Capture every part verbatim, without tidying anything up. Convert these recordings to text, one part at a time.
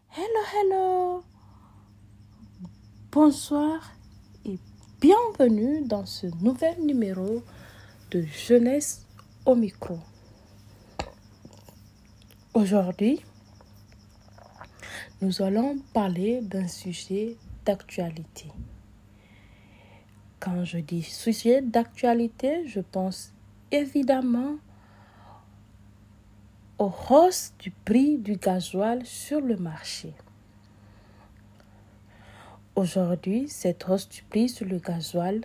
Hello, hello, bonsoir et bienvenue dans ce nouvel numéro de Jeunesse au micro. Aujourd'hui, nous allons parler d'un sujet d'actualité. Quand je dis sujet d'actualité, je pense évidemment aux hausses du prix du gasoil sur le marché. Aujourd'hui, cette hausse du prix sur le gasoil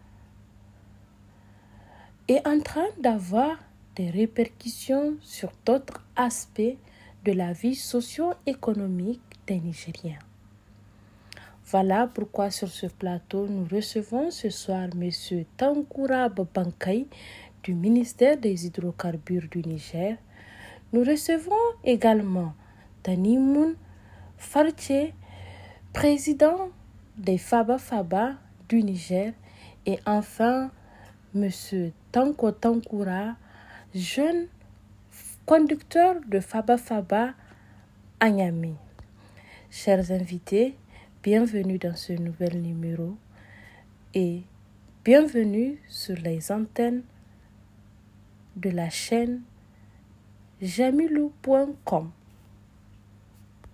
est en train d'avoir des répercussions sur d'autres aspects de la vie socio-économique des Nigériens. Voilà pourquoi sur ce plateau, nous recevons ce soir M. Tankoura Babankai du ministère des Hydrocarbures du Niger. Nous recevons également Tanimoun Farche, président des Faba Faba du Niger, et enfin M. Tanko Tankoura, jeune conducteur de Faba Faba à Niamey. Chers invités, bienvenue dans ce nouvel numéro et bienvenue sur les antennes de la chaîne jamilou point com.